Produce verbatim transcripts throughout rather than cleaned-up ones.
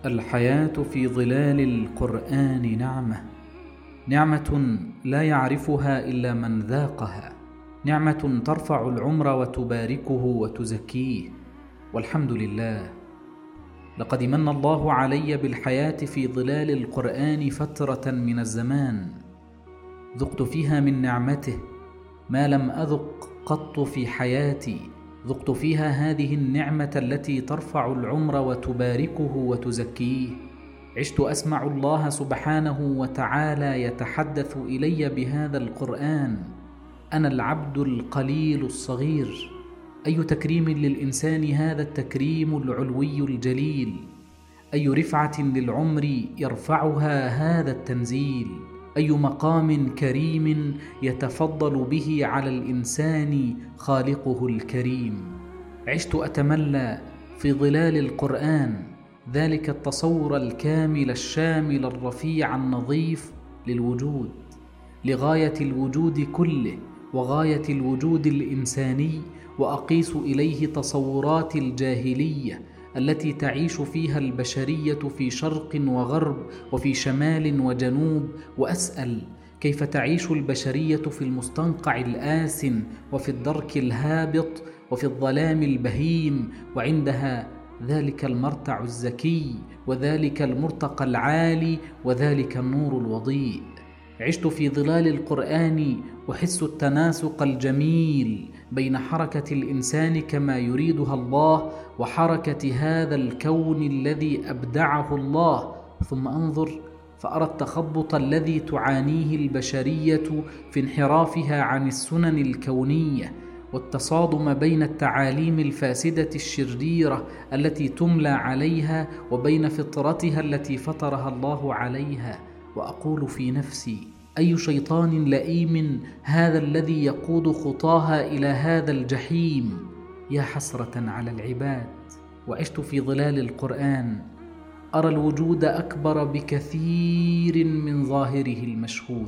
الحياة في ظلال القرآن نعمة، نعمة لا يعرفها إلا من ذاقها، نعمة ترفع العمر وتباركه وتزكيه. والحمد لله، لقد من الله علي بالحياة في ظلال القرآن فترة من الزمان ذقت فيها من نعمته ما لم أذق قط في حياتي. ذقت فيها هذه النعمة التي ترفع العمر وتباركه وتزكيه. عشت أسمع الله سبحانه وتعالى يتحدث إلي بهذا القرآن: أنا العبد القليل الصغير. أي تكريم للإنسان هذا التكريم العلوي الجليل، أي رفعة للعمر يرفعها هذا التنزيل، أي مقام كريم يتفضل به على الإنسان خالقه الكريم. عشت أتملى في ظلال القرآن ذلك التصور الكامل الشامل الرفيع النظيف للوجود، لغاية الوجود كله وغاية الوجود الإنساني، وأقيس إليه تصورات الجاهلية التي تعيش فيها البشرية في شرق وغرب وفي شمال وجنوب، وأسأل: كيف تعيش البشرية في المستنقع الآسن وفي الدرك الهابط وفي الظلام البهيم، وعندها ذلك المرتع الزكي وذلك المرتقى العالي وذلك النور الوضيء؟ عشت في ظلال القرآن أحس التناسق الجميل بين حركة الإنسان كما يريدها الله وحركة هذا الكون الذي أبدعه الله، ثم أنظر فأرى التخبط الذي تعانيه البشرية في انحرافها عن السنن الكونية، والتصادم بين التعاليم الفاسدة الشريرة التي تملى عليها وبين فطرتها التي فطرها الله عليها. وأقول في نفسي: أي شيطان لئيم هذا الذي يقود خطاها إلى هذا الجحيم؟ يا حسرة على العباد. وعشت في ظلال القرآن أرى الوجود أكبر بكثير من ظاهره المشهود،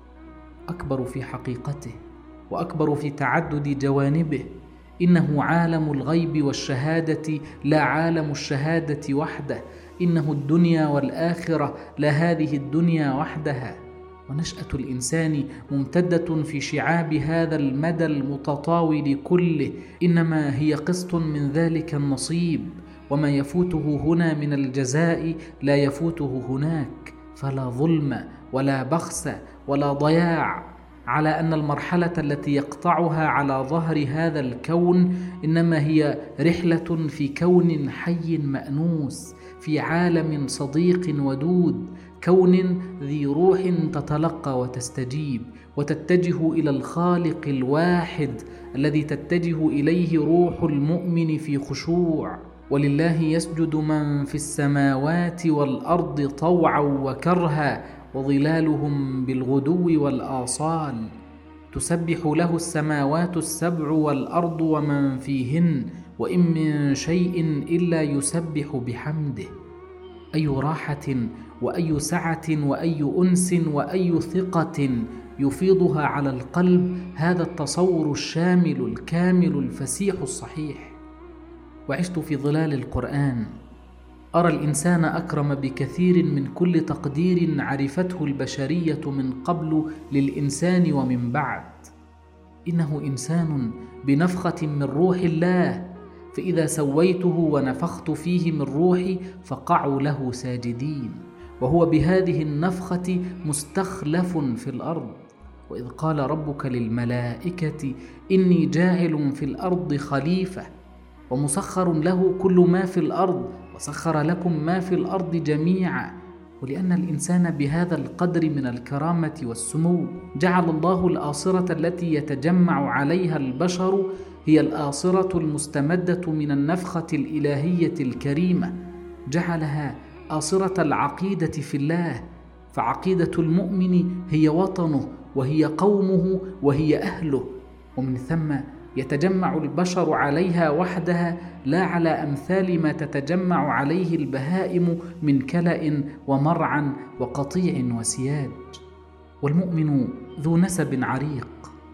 أكبر في حقيقته وأكبر في تعدد جوانبه. إنه عالم الغيب والشهادة لا عالم الشهادة وحده، إنه الدنيا والآخرة لا هذه الدنيا وحدها. ونشأة الإنسان ممتدة في شعاب هذا المدى المتطاول كله، إنما هي قسط من ذلك النصيب، وما يفوته هنا من الجزاء لا يفوته هناك، فلا ظلم ولا بخس ولا ضياع، على أن المرحلة التي يقطعها على ظهر هذا الكون إنما هي رحلة في كون حي مأنوس، في عالم صديق ودود، كون ذي روح تتلقى وتستجيب وتتجه إلى الخالق الواحد الذي تتجه إليه روح المؤمن في خشوع. ولله يسجد من في السماوات والأرض طوعا وكرها وظلالهم بالغدو والآصال. تسبح له السماوات السبع والأرض ومن فيهن وإن من شيء إلا يسبح بحمده. أي راحة وأي سعة وأي أنس وأي ثقة يفيضها على القلب هذا التصور الشامل الكامل الفسيح الصحيح. وعشت في ظلال القرآن أرى الإنسان أكرم بكثير من كل تقدير عرفته البشرية من قبل للإنسان ومن بعد. إنه إنسان بنفخة من روح الله، فإذا سويته ونفخت فيه من روحي فقعوا له ساجدين، وهو بهذه النفخة مستخلف في الأرض. وإذ قال ربك للملائكة إني جاعل في الأرض خليفة، ومسخر له كل ما في الأرض وسخر لكم ما في الأرض جميعا. ولأن الإنسان بهذا القدر من الكرامة والسمو جعل الله الآصرة التي يتجمع عليها البشر هي الآصرة المستمدة من النفخة الإلهية الكريمة، جعلها آصرة العقيدة في الله. فعقيدة المؤمن هي وطنه وهي قومه وهي أهله، ومن ثم يتجمع البشر عليها وحدها، لا على أمثال ما تتجمع عليه البهائم من كلأ ومرعى وقطيع وسياج. والمؤمن ذو نسب عريق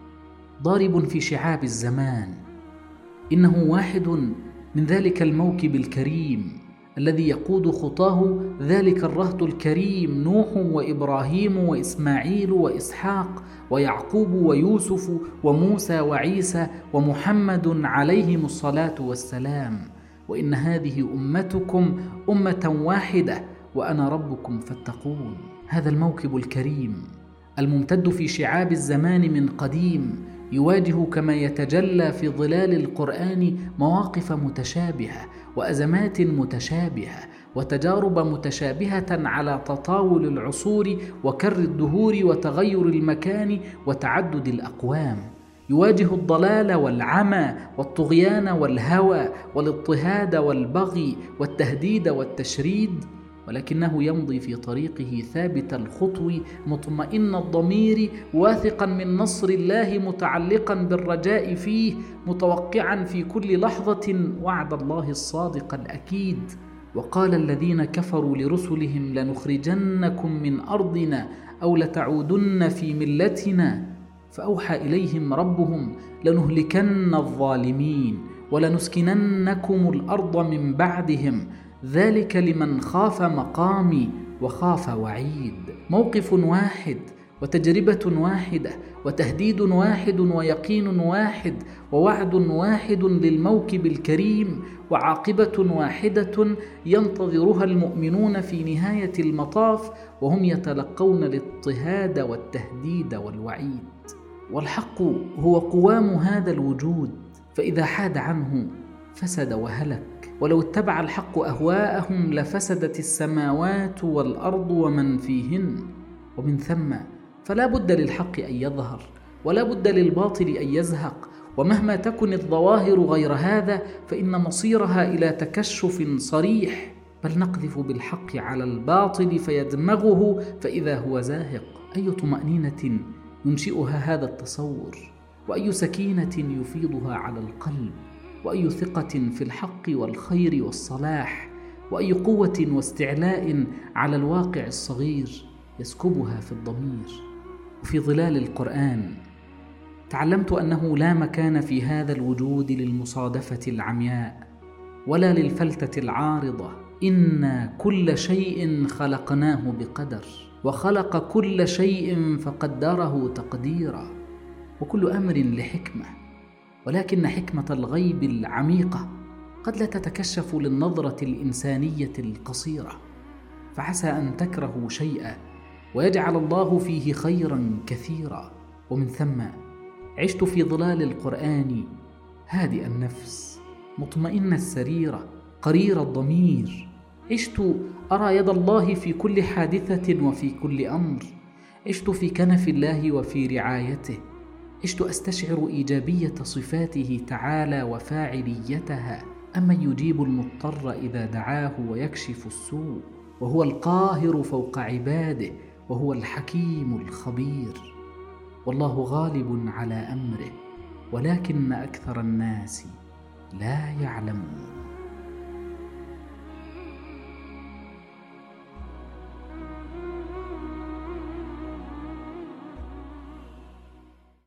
ضارب في شعاب الزمان، إنه واحد من ذلك الموكب الكريم الذي يقود خطاه ذلك الرهط الكريم نوح وإبراهيم وإسماعيل وإسحاق ويعقوب ويوسف وموسى وعيسى ومحمد عليهم الصلاة والسلام. وإن هذه أمتكم أمة واحدة وأنا ربكم فاتقون. هذا الموكب الكريم الممتد في شعاب الزمان من قديم يواجه كما يتجلى في ظلال القرآن مواقف متشابهة وأزمات متشابهة وتجارب متشابهة على تطاول العصور وكر الدهور وتغير المكان وتعدد الأقوام. يواجه الضلال والعمى والطغيان والهوى والاضطهاد والبغي والتهديد والتشريد، ولكنه يمضي في طريقه ثابت الخطو مطمئن الضمير واثقا من نصر الله متعلقا بالرجاء فيه متوقعا في كل لحظة وعد الله الصادق الأكيد. وقال الذين كفروا لرسلهم لنخرجنكم من أرضنا أو لتعودن في ملتنا، فأوحى إليهم ربهم لنهلكن الظالمين ولنسكننكم الأرض من بعدهم ذلك لمن خاف مقامي وخاف وعيد. موقف واحد وتجربة واحدة وتهديد واحد ويقين واحد ووعد واحد للموكب الكريم وعاقبة واحدة ينتظرها المؤمنون في نهاية المطاف وهم يتلقون الاضطهاد والتهديد والوعيد. والحق هو قوام هذا الوجود، فإذا حاد عنه فسد وهلك. ولو اتبع الحق أهواءهم لفسدت السماوات والأرض ومن فيهن. ومن ثم فلا بد للحق أن يظهر ولا بد للباطل أن يزهق، ومهما تكن الظواهر غير هذا فإن مصيرها إلى تكشف صريح. بل نقذف بالحق على الباطل فيدمغه فإذا هو زاهق. أي طمأنينة ينشئها هذا التصور، وأي سكينة يفيضها على القلب، وأي ثقة في الحق والخير والصلاح، وأي قوة واستعلاء على الواقع الصغير يسكبها في الضمير. وفي ظلال القرآن تعلمت أنه لا مكان في هذا الوجود للمصادفة العمياء ولا للفلتة العارضة. إنا كل شيء خلقناه بقدر، وخلق كل شيء فقدره تقديرا. وكل أمر لحكمة، ولكن حكمة الغيب العميقة قد لا تتكشف للنظرة الإنسانية القصيرة، فعسى أن تكرهوا شيئا ويجعل الله فيه خيرا كثيرا. ومن ثم عشت في ظلال القرآن هادئ النفس مطمئن السريرة قرير الضمير. عشت أرى يد الله في كل حادثة وفي كل أمر. عشت في كنف الله وفي رعايته. عشت أستشعر إيجابية صفاته تعالى وفاعليتها. أما يجيب المضطر إذا دعاه ويكشف السوء، وهو القاهر فوق عباده، وهو الحكيم الخبير. والله غالب على أمره ولكن أكثر الناس لا يعلمون.